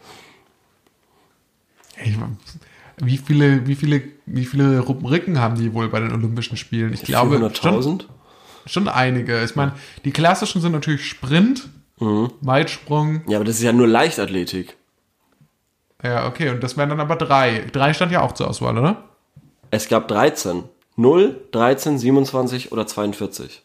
Wie viele Rubriken haben die wohl bei den Olympischen Spielen? Ich glaube 400.000? schon einige. Ich meine, die klassischen sind natürlich Sprint, Weitsprung. Ja, aber das ist ja nur Leichtathletik. Ja, okay, und das wären dann aber 3. 3 stand ja auch zur Auswahl, oder? Es gab 13. 0, 13, 27 oder 42.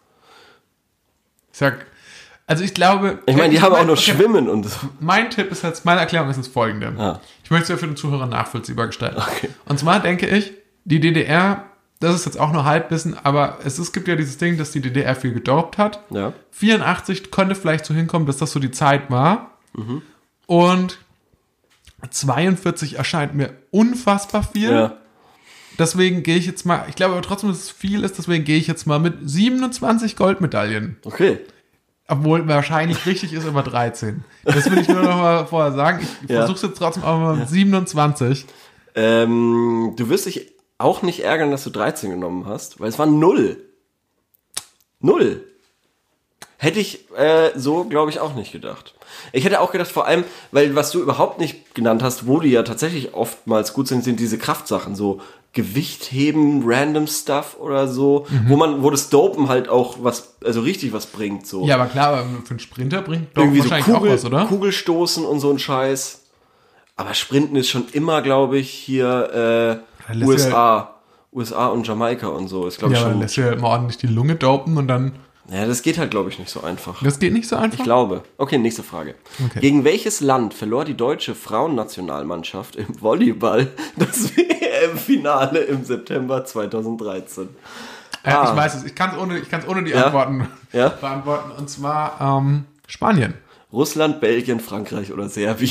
Ich sag, also ich glaube... Ich meine, die haben auch noch okay, Schwimmen und so. Mein Tipp ist jetzt, meine Erklärung ist jetzt folgende. Ah. Ich möchte es ja für den Zuhörer nachvollziehbar gestalten. Okay. Und zwar denke ich, die DDR, das ist jetzt auch nur Halbwissen, aber es gibt ja dieses Ding, dass die DDR viel gedopt hat. Ja. 84 könnte vielleicht so hinkommen, dass das so die Zeit war. Und 42 erscheint mir unfassbar viel. Ja. Deswegen gehe ich jetzt mal, ich glaube aber trotzdem, dass es viel ist, deswegen gehe ich jetzt mal mit 27 Goldmedaillen. Okay. Obwohl wahrscheinlich richtig ist aber 13. Das will ich nur noch mal vorher sagen. Ich versuche es jetzt trotzdem auch mal mit 27. Du wirst dich auch nicht ärgern, dass du 13 genommen hast, weil es war 0. 0. Hätte ich so, glaube ich, auch nicht gedacht. Ich hätte auch gedacht, vor allem, weil was du überhaupt nicht genannt hast, wo die ja tatsächlich oftmals gut sind diese Kraftsachen, so Gewicht heben, random Stuff oder so, wo das Dopen halt auch richtig was bringt. So. Ja, aber klar, aber für einen Sprinter bringt doch Irgendwie wahrscheinlich so auch was, oder? Kugelstoßen und so ein Scheiß. Aber Sprinten ist schon immer, glaube ich, hier USA und Jamaika und so. Ist, glaube ich, Ja, aber schon. dann lässt du ja immer ordentlich die Lunge dopen und dann... Ja, das geht halt, glaube ich, nicht so einfach. Das geht nicht so einfach? Ich glaube. Okay, nächste Frage. Okay. Gegen welches Land verlor die deutsche Frauennationalmannschaft im Volleyball das WM-Finale im September 2013? Ich weiß es. Ich kann es ohne die Antworten beantworten. Und zwar Spanien. Russland, Belgien, Frankreich oder Serbien?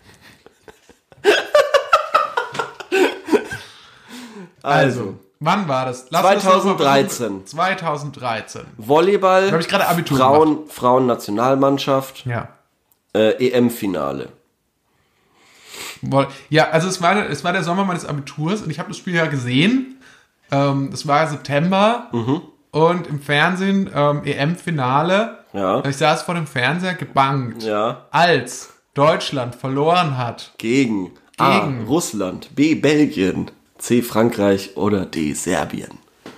Also, wann war das? 2013. 2013. Volleyball, Da habe ich gerade Abitur gemacht. Frauennationalmannschaft, Ja. EM-Finale. Ja, also es war der Sommer meines Abiturs und ich habe das Spiel ja gesehen. Es war September und im Fernsehen EM-Finale. Ja. Ich saß vor dem Fernseher gebangt, Ja. als Deutschland verloren hat. Gegen A. Russland, B. Belgien, C. Frankreich oder D. Serbien.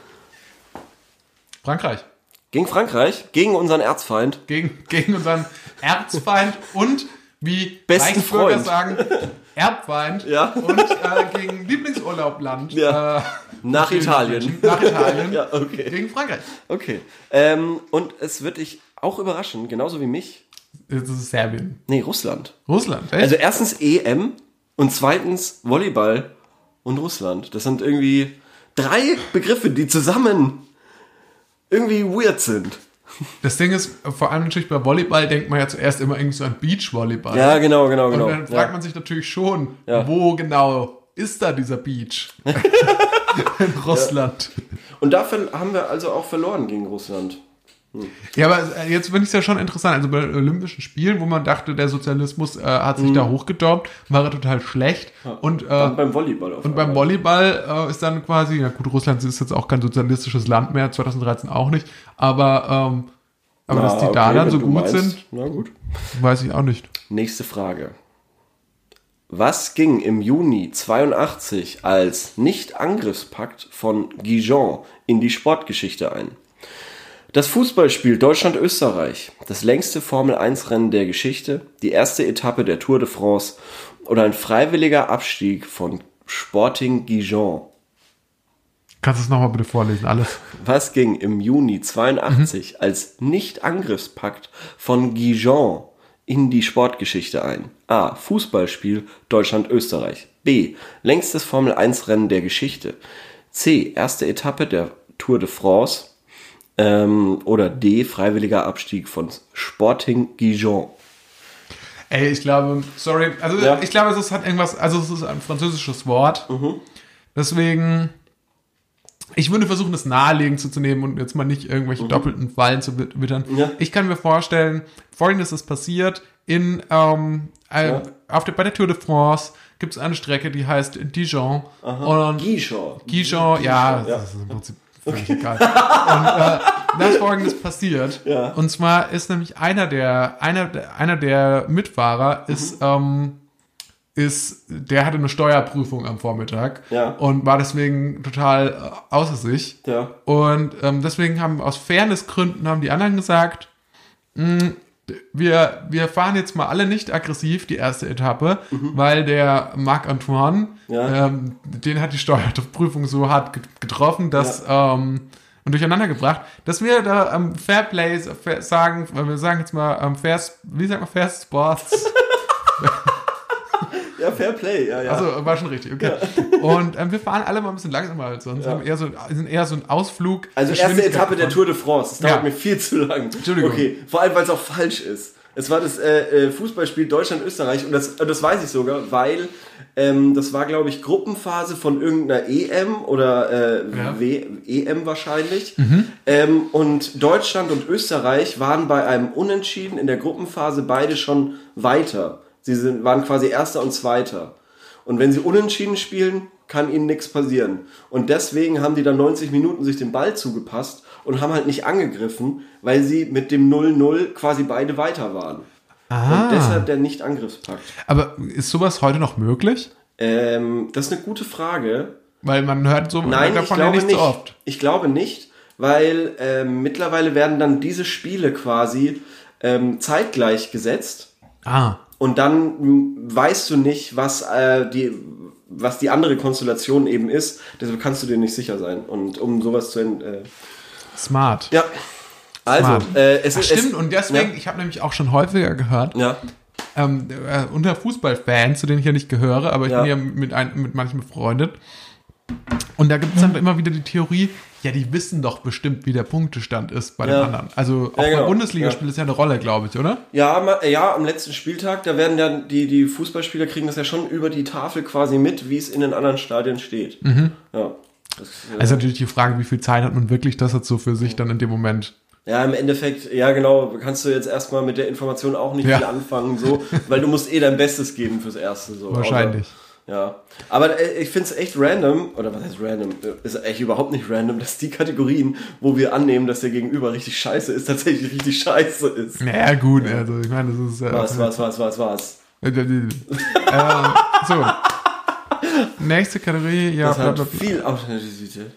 Frankreich. Gegen Frankreich, gegen unseren Erzfeind. Gegen unseren Erzfeind und wie Besten Reichsbürger Freund. sagen, Erbfeind Ja. und gegen Lieblingsurlaubland. Ja. Nach Italien. Nach Italien. Ja, okay. Gegen Frankreich. Okay. Und es wird dich auch überraschen, genauso wie mich. Das ist Serbien. Nee, Russland. Russland, echt? Also erstens EM und zweitens Volleyball und Russland. Das sind irgendwie 3 Begriffe, die zusammen irgendwie weird sind. Das Ding ist, vor allem natürlich bei Volleyball denkt man ja zuerst immer irgendwie so an Beachvolleyball. Ja, genau. Und dann fragt man sich natürlich schon, wo genau ist da dieser Beach? In Russland. Und dafür haben wir also auch verloren gegen Russland. Ja, aber jetzt finde ich es ja schon interessant. Also bei Olympischen Spielen, wo man dachte, der Sozialismus hat sich da hochgedorbt, war er total schlecht. Und beim Volleyball auf Und beim Volleyball ist dann quasi, ja gut, Russland ist jetzt auch kein sozialistisches Land mehr, 2013 auch nicht, aber dass die da dann so gut sind, na gut. weiß ich auch nicht. Nächste Frage. Was ging im Juni 82 als Nicht-Angriffspakt von Gijon in die Sportgeschichte ein? Das Fußballspiel Deutschland-Österreich, das längste Formel-1-Rennen der Geschichte, die erste Etappe der Tour de France oder ein freiwilliger Abstieg von Sporting Gijon. Kannst du es nochmal bitte vorlesen, alles? Was ging im Juni 82 als Nicht-Angriffspakt von Gijon in die Sportgeschichte ein? A. Fußballspiel Deutschland-Österreich. B. Längstes Formel-1-Rennen der Geschichte. C. Erste Etappe der Tour de France. Oder D. Freiwilliger Abstieg von Sporting Gijon. Ey, ich glaube, sorry, also ich glaube, es hat irgendwas, also es ist ein französisches Wort. Deswegen, ich würde versuchen, das naheliegend zu nehmen und jetzt mal nicht irgendwelche doppelten Fallen zu wittern. Ja. Ich kann mir vorstellen, Folgendes ist passiert, bei der Tour de France gibt es eine Strecke, die heißt Dijon. Und Gijon, ja, das ist im Prinzip völlig egal. Und da ist Folgendes passiert. Ja. Und zwar ist nämlich einer der Mitfahrer der hatte eine Steuerprüfung am Vormittag und war deswegen total außer sich. Ja. Und deswegen haben aus Fairnessgründen die anderen gesagt, wir fahren jetzt mal alle nicht aggressiv die erste Etappe, weil der Marc-Antoine, den hat die Steuerprüfung so hart getroffen, dass und durcheinander gebracht, dass wir da Fairplay sagen, wir sagen jetzt mal Fair Sports. Ja, Fair Play, ja. Also war schon richtig, okay. Ja. Und wir fahren alle mal ein bisschen langsamer als sonst. Sind eher so ein Ausflug. Also erste Etappe der Tour de France. Das dauert mir viel zu lang. Entschuldigung. Okay, vor allem, weil es auch falsch ist. Es war das Fußballspiel Deutschland-Österreich und das weiß ich sogar, weil das war, glaube ich, Gruppenphase von irgendeiner EM oder EM wahrscheinlich. Und Deutschland und Österreich waren bei einem Unentschieden in der Gruppenphase beide schon weiter. Sie waren quasi Erster und Zweiter. Und wenn sie unentschieden spielen, kann ihnen nichts passieren. Und deswegen haben die dann 90 Minuten sich den Ball zugepasst und haben halt nicht angegriffen, weil sie mit dem 0-0 quasi beide weiter waren. Und deshalb der Nicht-Angriffspakt. Aber ist sowas heute noch möglich? Das ist eine gute Frage. Weil man hört so Nein, davon ich glaube nicht nicht. so oft. Ich glaube nicht, weil mittlerweile werden dann diese Spiele quasi zeitgleich gesetzt. Und dann weißt du nicht, was die andere Konstellation eben ist. Deshalb kannst du dir nicht sicher sein. Und um sowas zu... Smart. Ja. Also, stimmt. Und deswegen, ich habe nämlich auch schon häufiger gehört, unter Fußballfans, zu denen ich ja nicht gehöre, aber ich bin ja mit manchen befreundet. Und da gibt es dann immer wieder die Theorie, ja, die wissen doch bestimmt, wie der Punktestand ist bei den anderen. Also auch bei Bundesligaspielen ist ja eine Rolle, glaube ich, oder? Ja, am letzten Spieltag, da werden dann die Fußballspieler kriegen das ja schon über die Tafel quasi mit, wie es in den anderen Stadien steht. Ja. Also natürlich die Frage, wie viel Zeit hat man wirklich das jetzt so für sich dann in dem Moment? Ja, im Endeffekt, ja genau, kannst du jetzt erstmal mit der Information auch nicht viel anfangen, so, weil du musst dein Bestes geben fürs Erste. So. Wahrscheinlich. Aber ich finde es echt random, oder was heißt random, ist echt überhaupt nicht random, dass die Kategorien, wo wir annehmen, dass der Gegenüber richtig scheiße ist, tatsächlich richtig scheiße ist. Naja, gut, also ich meine, das ist... Was? So. Nächste Kategorie, das hat viel Authentizität.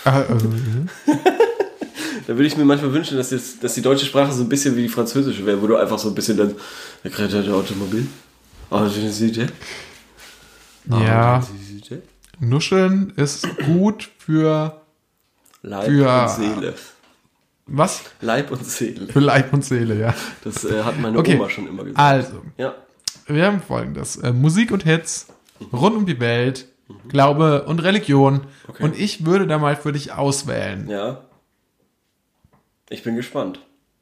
Da würde ich mir manchmal wünschen, dass die deutsche Sprache so ein bisschen wie die französische wäre, wo du einfach so ein bisschen dann der kreative Automobil. Authentizität. Ja. Nuscheln ist gut für Leib und Seele. Was? Leib und Seele. Für Leib und Seele, ja. Das hat meine Oma schon immer gesagt. Also, wir haben Folgendes. Musik und Hits, rund um die Welt, Glaube und Religion. Okay. Und ich würde da mal für dich auswählen. Ja. Ich bin gespannt.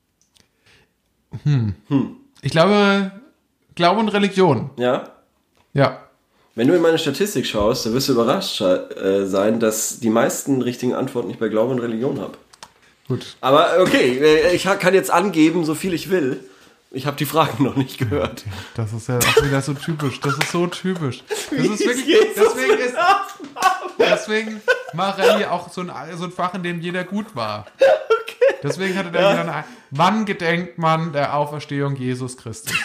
Ich glaube, Glaube und Religion. Ja? Ja. Wenn du in meine Statistik schaust, dann wirst du überrascht sein, dass die meisten richtigen Antworten ich bei Glaube und Religion habe. Gut. Aber okay, ich kann jetzt angeben, so viel ich will. Ich habe die Fragen noch nicht gehört. Das ist ja auch wieder so typisch. Das ist so typisch. Das ist wirklich, deswegen war Rallye auch so ein Fach, in dem jeder gut war. Okay. Deswegen hatte der wieder wann gedenkt man der Auferstehung Jesus Christus?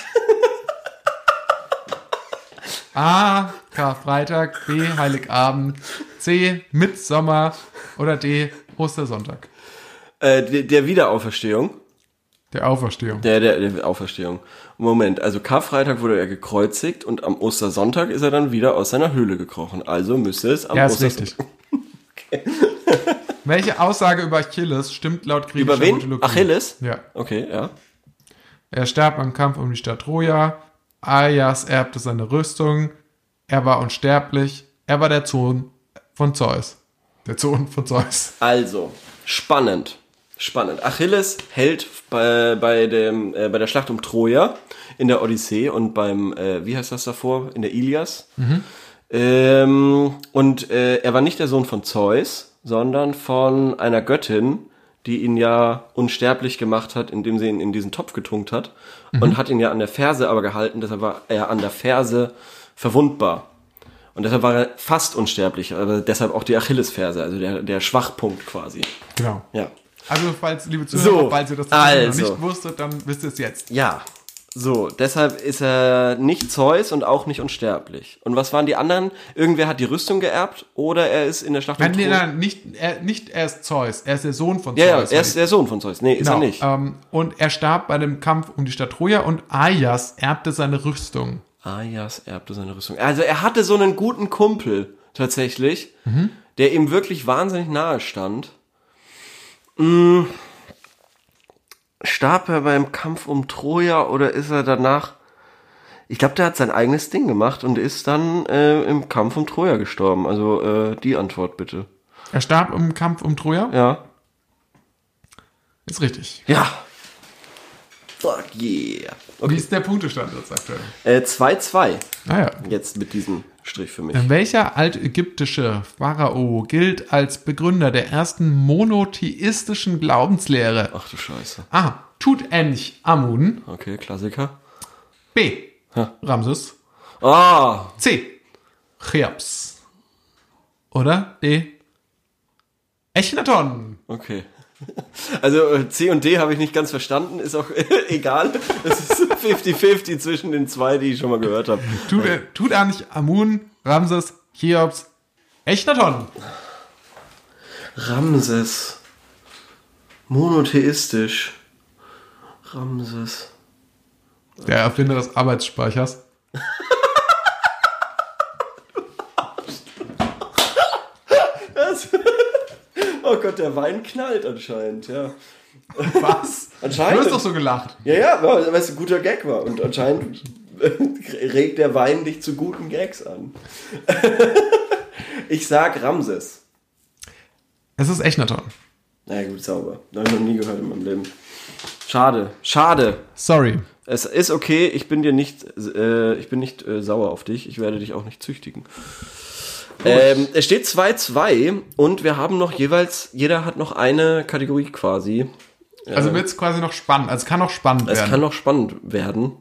A. Karfreitag, B. Heiligabend, C. Mittsommer oder D. Ostersonntag. Der Wiederauferstehung. Der Auferstehung. Der Auferstehung. Moment, also Karfreitag wurde er gekreuzigt und am Ostersonntag ist er dann wieder aus seiner Höhle gekrochen. Also müsste es am Ostersonntag. Okay. Welche Aussage über Achilles stimmt laut griechischer Mythologie? Über wen? Achilles? Ja. Okay, ja. Er starb beim Kampf um die Stadt Troja. Aias erbte seine Rüstung. Er war unsterblich. Er war der Sohn von Zeus. Der Sohn von Zeus. Also, spannend. Achilles hält bei der Schlacht um Troja in der Odyssee und beim, wie heißt das davor? In der Ilias. Und er war nicht der Sohn von Zeus, sondern von einer Göttin, die ihn ja unsterblich gemacht hat, indem sie ihn in diesen Topf getunkt hat und hat ihn ja an der Ferse aber gehalten, deshalb war er an der Ferse verwundbar. Und deshalb war er fast unsterblich, aber deshalb auch die Achillesferse, also der Schwachpunkt quasi. Genau. Ja. Also, liebe Zuhörer, falls ihr das noch nicht wusstet, dann wisst ihr es jetzt. Ja. So, deshalb ist er nicht Zeus und auch nicht unsterblich. Und was waren die anderen? Irgendwer hat die Rüstung geerbt oder er ist in der Schlacht um Troja? Nein, nicht er ist Zeus. Er ist der Sohn von Zeus. Ja, er ist der Sohn von Zeus. Nee, ist er nicht. Und er starb bei dem Kampf um die Stadt Troja und Aias erbte seine Rüstung. Also er hatte so einen guten Kumpel tatsächlich, der ihm wirklich wahnsinnig nahe stand. Starb er beim Kampf um Troja oder ist er danach... Ich glaube, der hat sein eigenes Ding gemacht und ist dann im Kampf um Troja gestorben. Also die Antwort bitte. Er starb im Kampf um Troja? Ja. Ist richtig. Ja. Fuck yeah. Okay. Wie ist der Punktestand jetzt aktuell? 2-2. Ja. Jetzt mit diesem Strich für mich. Welcher altägyptische Pharao gilt als Begründer der ersten monotheistischen Glaubenslehre? Ach du Scheiße. A. Tutanchamun. Okay, Klassiker. B. Ramses. Ah. C. Cheops. oder D. Echnaton. Okay. Also C und D habe ich nicht ganz verstanden, ist auch egal. Es ist 50-50 zwischen den zwei, die ich schon mal gehört habe. Tutanchamun, Ramses, Cheops, Echnaton. Ramses. Monotheistisch. Ramses. Der Erfinder des Arbeitsspeichers. Oh Gott, der Wein knallt anscheinend, ja. Was? Anscheinend. Du hast doch so gelacht. Ja, weil es ein guter Gag war. Und anscheinend regt der Wein dich zu guten Gags an. Ich sag Ramses. Es ist Echnaton. Na gut, sauber. Das habe ich noch nie gehört in meinem Leben. Schade. Sorry. Es ist okay, ich bin nicht sauer auf dich. Ich werde dich auch nicht züchtigen. Es steht 2-2 und wir haben noch jeweils, jeder hat noch eine Kategorie quasi. Also wird es quasi noch spannend. Also es kann noch spannend werden. Es kann noch spannend werden.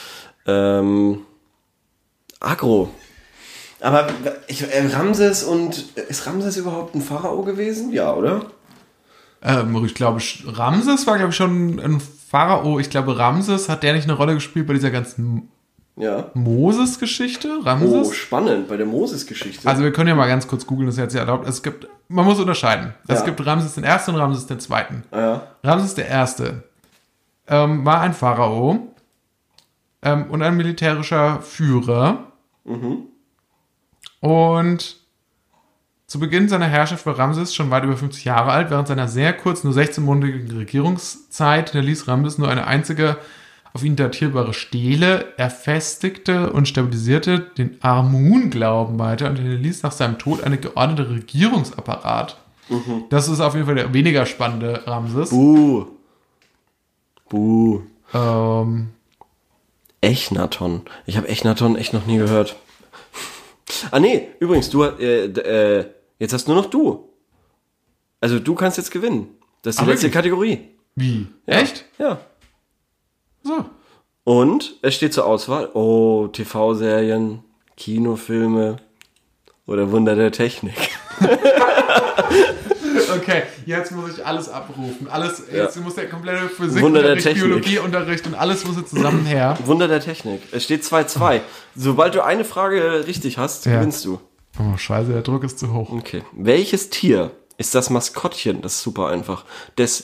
Agro. Aber Ramses ist Ramses überhaupt ein Pharao gewesen? Ja, oder? Ich glaube, Ramses war, glaube ich, schon ein Pharao. Ich glaube, Ramses, hat der nicht eine Rolle gespielt bei dieser ganzen Moses-Geschichte? Ramses? Oh, spannend, bei der Moses-Geschichte. Also wir können ja mal ganz kurz googeln, das ist jetzt ja erlaubt. Man muss unterscheiden. Ja. Es gibt Ramses den Ersten und Ramses den Zweiten. Ja. Ramses der Erste war ein Pharao und ein militärischer Führer. Und zu Beginn seiner Herrschaft war Ramses schon weit über 50 Jahre alt. Während seiner sehr kurzen, nur 16-monatigen Regierungszeit hinterließ Ramses nur eine einzige auf ihn datierbare Stele. Er festigte und stabilisierte den Amun-Glauben weiter und hinterließ nach seinem Tod eine geordnete Regierungsapparat. Das ist auf jeden Fall der weniger spannende Ramses. Buh. Echnaton. Ich habe Echnaton echt noch nie gehört. Ah nee, übrigens, jetzt hast nur noch du. Also du kannst jetzt gewinnen. Das ist die letzte Kategorie. Wie? Ja. Echt? Ja. So. Und es steht zur Auswahl, TV-Serien, Kinofilme oder Wunder der Technik. Okay, jetzt muss ich alles abrufen. Jetzt muss der komplette Physikunterricht, Biologieunterricht und alles muss jetzt zusammen her. Wunder der Technik. Es steht 2-2. Sobald du eine Frage richtig hast, gewinnst du. Oh, scheiße, der Druck ist zu hoch. Okay. Welches Tier ist das Maskottchen, das ist super einfach, des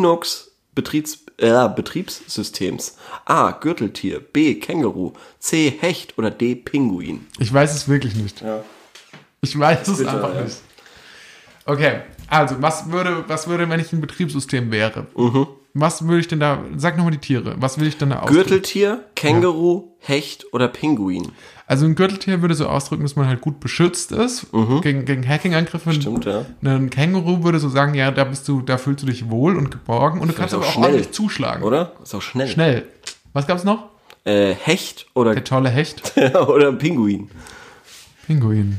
Linux-Betriebssystems? A. Gürteltier, B. Känguru, C. Hecht oder D. Pinguin? Ich weiß es wirklich nicht. Ja. Ich weiß es Bitte, einfach nicht. Okay, also, was würde, wenn ich ein Betriebssystem wäre? Was würde ich denn da, sag nochmal die Tiere, was will ich denn da ausdrücken? Gürteltier, Känguru, Hecht oder Pinguin? Also ein Gürteltier würde so ausdrücken, dass man halt gut beschützt ist gegen Hacking-Angriffe. Stimmt, ja. Ein Känguru würde so sagen, ja, da fühlst du dich wohl und geborgen und du kannst aber auch ordentlich zuschlagen. Oder? Ist auch schnell. Schnell. Was gab's noch? Hecht oder... Der tolle Hecht. oder Pinguin. Pinguin.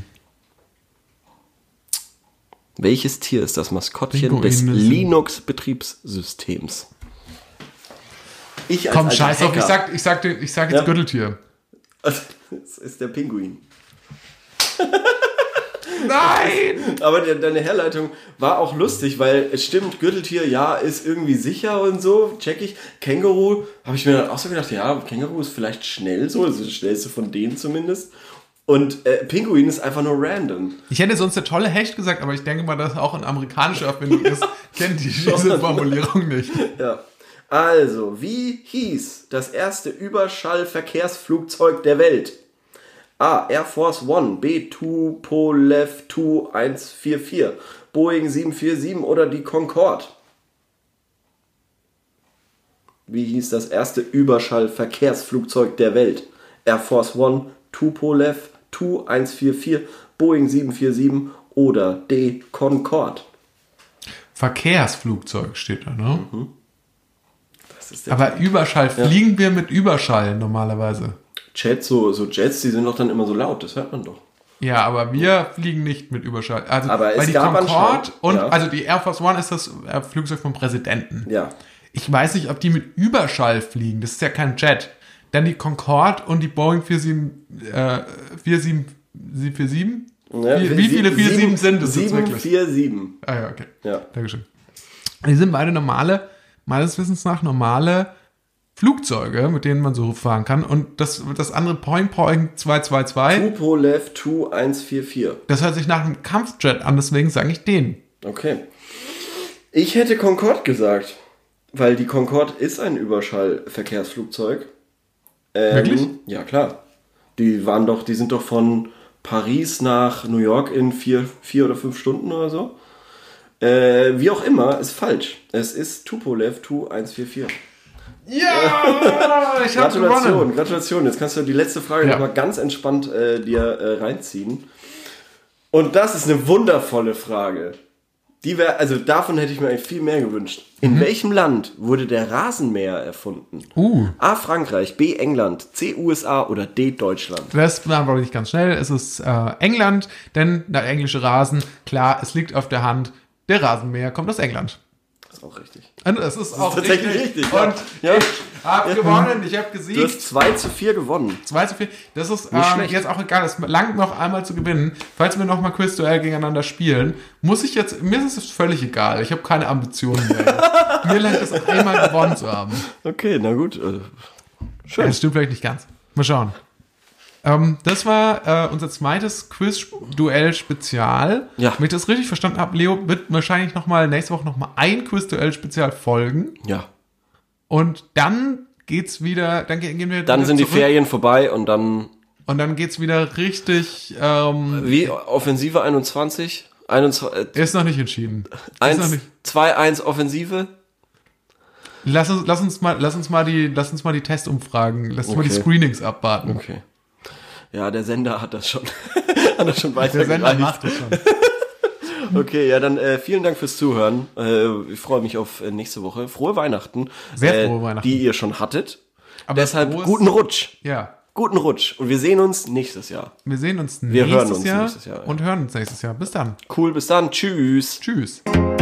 Welches Tier ist das Maskottchen des Linux-Betriebssystems? Komm, scheiß auf, ich sag jetzt Gürteltier. Das ist der Pinguin. Nein! Aber deine Herleitung war auch lustig, weil es stimmt, Gürteltier, ja, ist irgendwie sicher und so, check ich. Känguru, habe ich mir dann auch so gedacht, ja, Känguru ist vielleicht schnell so, das ist das schnellste von denen zumindest. Und Pinguin ist einfach nur random. Ich hätte sonst der tolle Hecht gesagt, aber ich denke mal, dass auch eine amerikanische Erfindung ist. Kennt diese Formulierung nicht. Ja. Also, wie hieß das erste Überschallverkehrsflugzeug der Welt? A. Air Force One, B. Tupolev Tu-144, Boeing 747 oder die Concorde? Wie hieß das erste Überschallverkehrsflugzeug der Welt? Air Force One, Tupolev Tu-144, Boeing 747 oder D. Concorde? Verkehrsflugzeug steht da, ne? Das ist aber Überschall, fliegen wir mit Überschall normalerweise? Jets, so Jets, die sind doch dann immer so laut, das hört man doch. Ja, aber wir fliegen nicht mit Überschall. Also, aber weil die Concorde und, ja. also die Air Force One ist das Flugzeug vom Präsidenten. Ja. Ich weiß nicht, ob die mit Überschall fliegen, das ist ja kein Jet. Dann die Concorde und die Boeing 747, Ja, Wie viele 4-7 sind es jetzt 7, wirklich? 4, 7. Ah ja, okay. Ja. Dankeschön. Die sind beide meines Wissens nach normale Flugzeuge, mit denen man so fahren kann. Und das andere Point 222, Tupolev Tu-144. das hört sich nach einem Kampfjet an, deswegen sage ich den. Okay. Ich hätte Concorde gesagt, weil die Concorde ist ein Überschallverkehrsflugzeug. Wirklich? Ja, klar. Die sind doch von Paris nach New York in 4 oder 5 Stunden oder so. Wie auch immer, ist falsch. Es ist Tupolev Tu-144. Ja, ich habe gewonnen. Gratulation. Jetzt kannst du die letzte Frage nochmal ganz entspannt dir reinziehen. Und das ist eine wundervolle Frage. Davon hätte ich mir eigentlich viel mehr gewünscht. In welchem Land wurde der Rasenmäher erfunden? A. Frankreich, B. England, C. USA oder D. Deutschland? Das beantworte ich ganz schnell. Es ist England, denn der englische Rasen, klar, es liegt auf der Hand, der Rasenmäher kommt aus England. Das ist auch richtig. Und es ist auch tatsächlich richtig. Und ja. ich habe gewonnen, ich habe gesiegt. Du hast 2-4 gewonnen. 2-4. Das ist schlecht. jetzt auch egal. Es langt noch einmal zu gewinnen. Falls wir nochmal Quizduell gegeneinander spielen, mir ist es völlig egal. Ich habe keine Ambitionen mehr. Mir langt es einmal gewonnen zu haben. Okay, na gut. Schön. Das stimmt vielleicht nicht ganz. Mal schauen. Das war unser zweites Quiz-Duell-Spezial. Ja. Wenn ich das richtig verstanden habe, Leo wird wahrscheinlich nächste Woche nochmal ein Quiz-Duell-Spezial folgen. Ja. Und dann geht's wieder, dann gehen wir Dann wieder sind zurück. die Ferien vorbei und dann... Und dann geht's wieder richtig... Wie? Offensive 21? Ist noch nicht entschieden. Ist noch nicht. 2-1 Offensive? Lass uns mal die Testumfragen, lass uns mal die Screenings abwarten. Okay. Ja, der Sender hat das schon Der weitergereicht. Sender macht das schon. Okay, ja, dann vielen Dank fürs Zuhören. Ich freue mich auf nächste Woche. Frohe Weihnachten. Sehr frohe Weihnachten. Die ihr schon hattet. Aber deshalb frohes- guten Rutsch. Ja. Guten Rutsch. Und wir sehen uns nächstes Jahr. Wir sehen uns Wir hören nächstes uns Jahr nächstes Jahr, ja. und hören uns nächstes Jahr. Bis dann. Cool, bis dann. Tschüss. Tschüss.